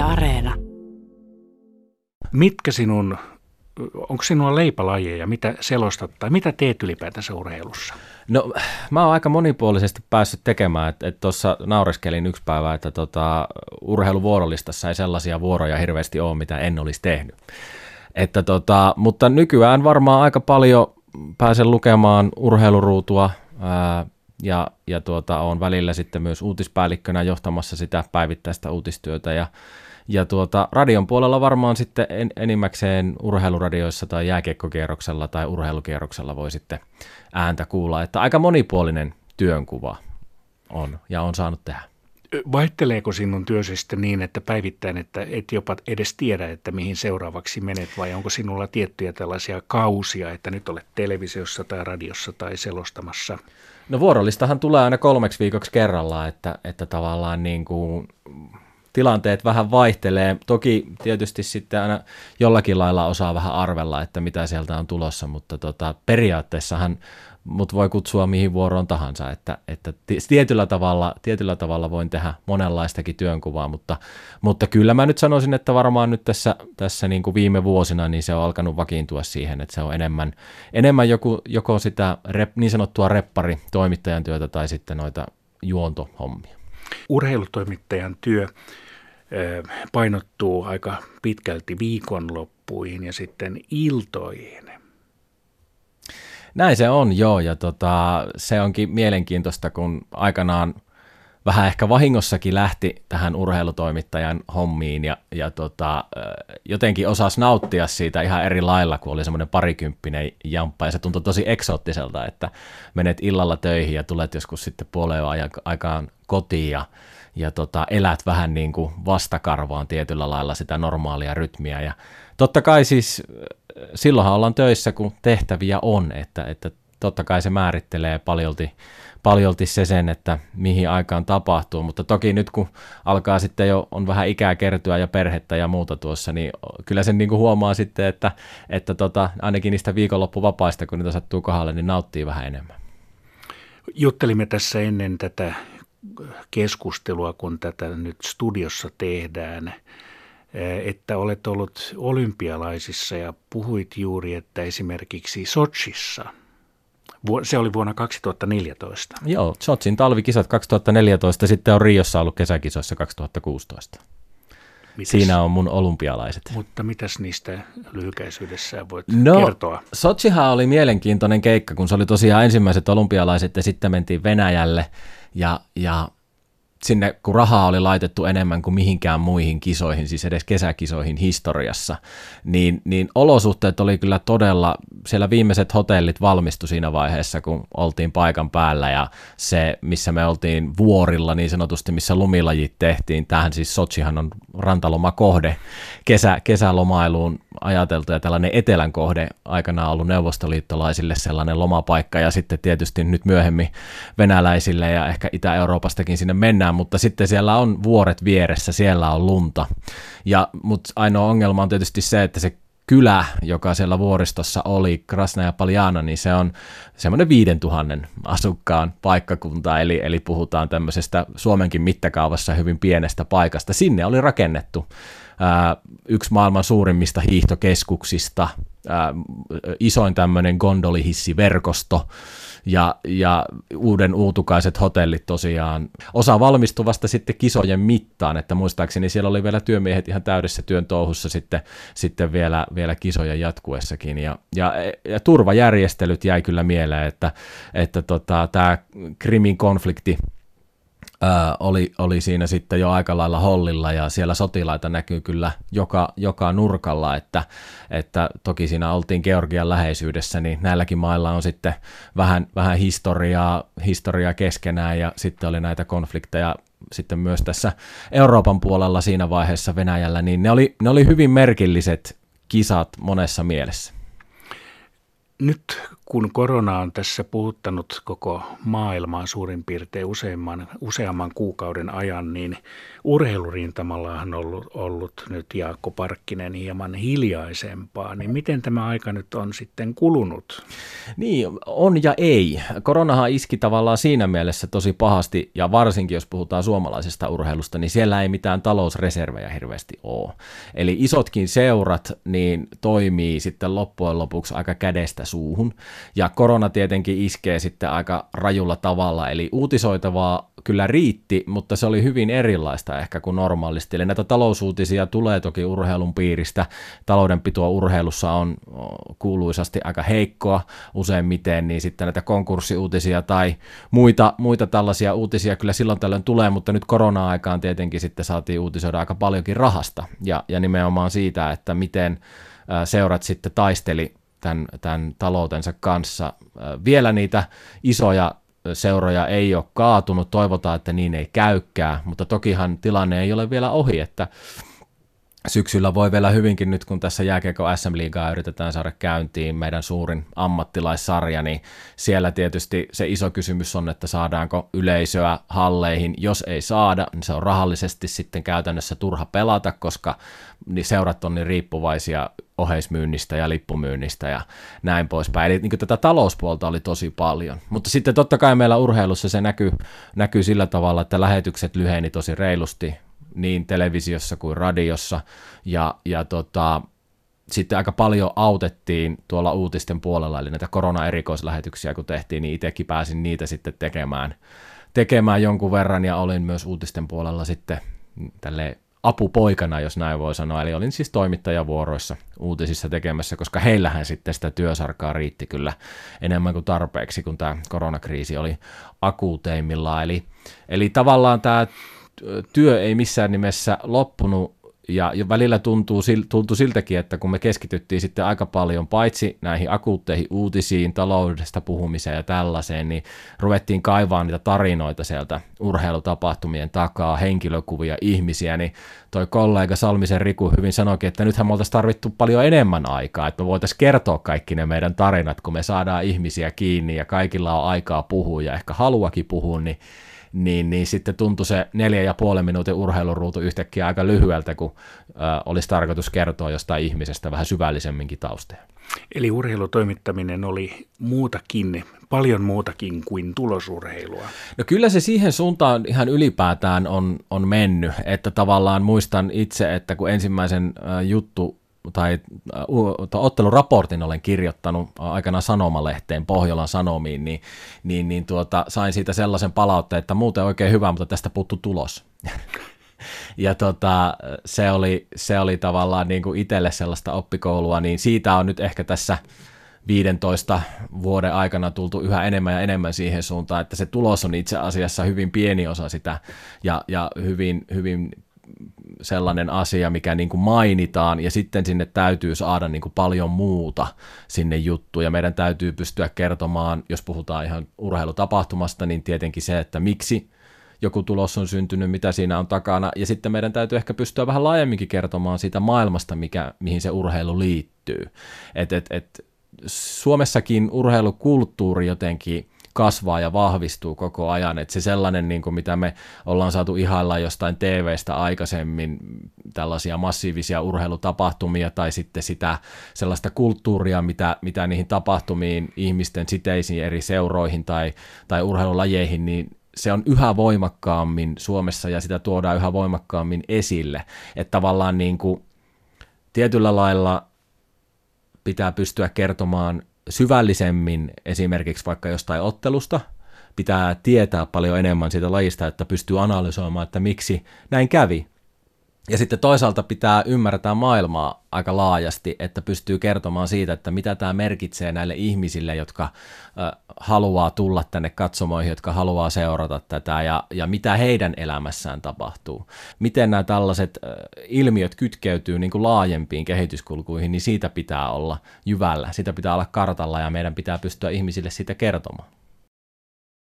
Areena. Onko sinulla leipälajeja, mitä selostat tai mitä teet ylipäätänsä urheilussa? No mä oon aika monipuolisesti päässyt tekemään, että tuossa naureskelin yksi päivä, että urheiluvuorolistassa ei sellaisia vuoroja hirveästi ole, mitä en olisi tehnyt. Mutta nykyään varmaan aika paljon pääsen lukemaan urheiluruutua ja olen välillä sitten myös uutispäällikkönä johtamassa sitä päivittäistä uutistyötä ja radion puolella varmaan sitten enimmäkseen urheiluradioissa tai jääkiekkokierroksella tai urheilukierroksella voi sitten ääntä kuulla, että aika monipuolinen työnkuva on ja on saanut tehdä. Vaihteleeko sinun työsi sitten niin, että päivittäin, että et jopa edes tiedä, että mihin seuraavaksi menet, vai onko sinulla tiettyjä tällaisia kausia, että nyt olet televisiossa tai radiossa tai selostamassa? No vuorolistahan tulee aina 3 viikoksi kerrallaan, että tavallaan niin kuin tilanteet vähän vaihtelee. Toki tietysti sitten aina jollakin lailla osaa vähän arvella, että mitä sieltä on tulossa, mutta periaatteessahan mut voi kutsua mihin vuoroon tahansa, että tietyllä tavalla voin tehdä monenlaistakin työnkuvaa, mutta kyllä mä nyt sanoisin, että varmaan nyt tässä niin kuin viime vuosina niin se on alkanut vakiintua siihen, että se on enemmän joko sitä niin sanottua reppari-toimittajan työtä tai sitten noita juontohommia. Urheilutoimittajan työ painottuu aika pitkälti viikonloppuihin ja sitten iltoihin. Näin se on, joo, ja se onkin mielenkiintoista, kun aikanaan vähän ehkä vahingossakin lähti tähän urheilutoimittajan hommiin ja jotenkin osasi nauttia siitä ihan eri lailla, kun oli semmoinen parikymppinen jamppa ja se tuntui tosi eksoottiselta, että menet illalla töihin ja tulet joskus sitten puoleen aikaan kotiin ja elät vähän niin kuin vastakarvaan tietyllä lailla sitä normaalia rytmiä ja totta kai siis silloinhan ollaan töissä, kun tehtäviä on, että totta kai se määrittelee paljolti sen, että mihin aikaan tapahtuu, mutta toki nyt kun alkaa sitten jo, on vähän ikää kertyä ja perhettä ja muuta tuossa, niin kyllä sen niin kuin huomaa sitten, että ainakin niistä viikonloppuvapaista, kun niitä sattuu kohdalle, niin nauttii vähän enemmän. Juttelimme tässä ennen tätä keskustelua, kun tätä nyt studiossa tehdään, että olet ollut olympialaisissa ja puhuit juuri, että esimerkiksi Sotsissa, se oli vuonna 2014. Joo, Sotsin talvikisat 2014, sitten on Riossa ollut kesäkisoissa 2016. Siinä on mun olympialaiset. Mutta mitäs niistä lyhykäisyydessään voit kertoa? Sotsihan oli mielenkiintoinen keikka, kun se oli tosiaan ensimmäiset olympialaiset ja sitten mentiin Venäjälle ja sinne, kun rahaa oli laitettu enemmän kuin mihinkään muihin kisoihin, siis edes kesäkisoihin historiassa, niin olosuhteet oli kyllä todella, siellä viimeiset hotellit valmistui siinä vaiheessa, kun oltiin paikan päällä ja se, missä me oltiin vuorilla niin sanotusti, missä lumilajit tehtiin, tämähän siis Sotsihan on rantalomakohde, kesälomailuun ajateltu ja tällainen etelän kohde aikanaan ollut neuvostoliittolaisille sellainen lomapaikka ja sitten tietysti nyt myöhemmin venäläisille ja ehkä Itä-Euroopastakin sinne mennään, mutta sitten siellä on vuoret vieressä, siellä on lunta. Mutta ainoa ongelma on tietysti se, että se kylä, joka siellä vuoristossa oli, Krasnaja Poljana, niin se on semmoinen 5000 asukkaan paikkakunta, eli puhutaan tämmöisestä Suomenkin mittakaavassa hyvin pienestä paikasta. Sinne oli rakennettu yksi maailman suurimmista hiihtokeskuksista, isoin tämmöinen gondolihissiverkosto, ja uuden uutukaiset hotellit tosiaan. Osa valmistui vasta sitten kisojen mittaan, että muistaakseni siellä oli vielä työmiehet ihan täydessä työn touhussa sitten vielä kisojen jatkuessakin. Ja turvajärjestelyt jäi kyllä mieleen, että tämä Krimin konflikti oli siinä sitten jo aika lailla hollilla ja siellä sotilaita näkyy kyllä joka nurkalla, että toki siinä oltiin Georgian läheisyydessä, niin näilläkin mailla on sitten vähän historiaa keskenään ja sitten oli näitä konflikteja sitten myös tässä Euroopan puolella siinä vaiheessa Venäjällä, niin ne oli hyvin merkilliset kisat monessa mielessä. Nyt kun korona on tässä puhuttanut koko maailmaa suurin piirtein useamman kuukauden ajan, niin urheilurintamalla on ollut nyt Jaakko Parkkinen hieman hiljaisempaa, niin miten tämä aika nyt on sitten kulunut? Niin, on ja ei. Koronahan iski tavallaan siinä mielessä tosi pahasti, ja varsinkin jos puhutaan suomalaisesta urheilusta, niin siellä ei mitään talousreservejä hirveästi ole. Eli isotkin seurat niin toimii sitten loppujen lopuksi aika kädestä suuhun, ja korona tietenkin iskee sitten aika rajulla tavalla, eli uutisoitavaa kyllä riitti, mutta se oli hyvin erilaista ehkä kuin normaalisti. Eli näitä talousuutisia tulee toki urheilun piiristä. Taloudenpitoa urheilussa on kuuluisasti aika heikkoa useimmiten, niin sitten näitä konkurssiuutisia tai muita tällaisia uutisia kyllä silloin tällöin tulee, mutta nyt korona-aikaan tietenkin sitten saatiin uutisoida aika paljonkin rahasta ja nimenomaan siitä, että miten seurat sitten taisteli tämän taloutensa kanssa. Vielä niitä isoja seuroja ei ole kaatunut, toivotaan, että niin ei käykään, mutta tokihan tilanne ei ole vielä ohi, että syksyllä voi vielä hyvinkin nyt, kun tässä jääkiekko SM-liigaa yritetään saada käyntiin, meidän suurin ammattilaissarja, niin siellä tietysti se iso kysymys on, että saadaanko yleisöä halleihin. Jos ei saada, niin se on rahallisesti sitten käytännössä turha pelata, koska seurat on niin riippuvaisia oheismyynnistä ja lippumyynnistä ja näin poispäin. Eli niin tätä talouspuolta oli tosi paljon. Mutta sitten totta kai meillä urheilussa se näkyy sillä tavalla, että lähetykset lyheni tosi reilusti niin televisiossa kuin radiossa, ja sitten aika paljon autettiin tuolla uutisten puolella, eli näitä korona-erikoislähetyksiä kun tehtiin, niin itsekin pääsin niitä sitten tekemään jonkun verran, ja olin myös uutisten puolella sitten tälleen apupoikana, jos näin voi sanoa, eli olin siis toimittajavuoroissa uutisissa tekemässä, koska heillähän sitten sitä työsarkaa riitti kyllä enemmän kuin tarpeeksi, kun tämä koronakriisi oli akuuteimmillaan, eli tavallaan tämä työ ei missään nimessä loppunut, ja välillä tuntui siltäkin, että kun me keskityttiin sitten aika paljon paitsi näihin akuutteihin uutisiin, taloudesta puhumiseen ja tällaiseen, niin ruvettiin kaivaa niitä tarinoita sieltä urheilutapahtumien takaa, henkilökuvia, ihmisiä, niin toi kollega Salmisen Riku hyvin sanoikin, että nythän me oltaisiin tarvittu paljon enemmän aikaa, että me voitaisiin kertoa kaikki ne meidän tarinat, kun me saadaan ihmisiä kiinni ja kaikilla on aikaa puhua ja ehkä haluakin puhua, niin sitten tuntui se 4,5 minuutin urheiluruutu yhtäkkiä aika lyhyeltä, kun olisi tarkoitus kertoa jostain ihmisestä vähän syvällisemminkin taustoja. Eli urheilutoimittaminen oli paljon muutakin kuin tulosurheilua. No kyllä se siihen suuntaan ihan ylipäätään on mennyt, että tavallaan muistan itse, että kun ensimmäisen otteluraportin olen kirjoittanut aikana Sanomalehteen, Pohjolan Sanomiin, niin sain siitä sellaisen palautteen, että muuten oikein hyvä, mutta tästä puuttuu tulos. Ja se oli tavallaan niin kuin itselle sellaista oppikoulua, niin siitä on nyt ehkä tässä 15 vuoden aikana tultu yhä enemmän ja enemmän siihen suuntaan, että se tulos on itse asiassa hyvin pieni osa sitä ja hyvin, hyvin sellainen asia, mikä niin kuin mainitaan, ja sitten sinne täytyy saada niin kuin paljon muuta sinne juttuun, ja meidän täytyy pystyä kertomaan, jos puhutaan ihan urheilutapahtumasta, niin tietenkin se, että miksi joku tulos on syntynyt, mitä siinä on takana, ja sitten meidän täytyy ehkä pystyä vähän laajemminkin kertomaan siitä maailmasta, mihin se urheilu liittyy. Suomessakin urheilukulttuuri jotenkin kasvaa ja vahvistuu koko ajan, että se sellainen, niin kuin mitä me ollaan saatu ihailla jostain TV:stä aikaisemmin, tällaisia massiivisia urheilutapahtumia tai sitten sitä sellaista kulttuuria, mitä niihin tapahtumiin, ihmisten siteisiin eri seuroihin tai urheilulajeihin, niin se on yhä voimakkaammin Suomessa ja sitä tuodaan yhä voimakkaammin esille, että tavallaan niin kuin tietyllä lailla pitää pystyä kertomaan syvällisemmin esimerkiksi vaikka jostain ottelusta, pitää tietää paljon enemmän siitä lajista, että pystyy analysoimaan, että miksi näin kävi. Ja sitten toisaalta pitää ymmärtää maailmaa aika laajasti, että pystyy kertomaan siitä, että mitä tämä merkitsee näille ihmisille, jotka haluaa tulla tänne katsomoihin, jotka haluaa seurata tätä ja mitä heidän elämässään tapahtuu. Miten nämä tällaiset ilmiöt kytkeytyy niin kuin laajempiin kehityskulkuihin, niin siitä pitää olla jyvällä, siitä pitää olla kartalla ja meidän pitää pystyä ihmisille siitä kertomaan.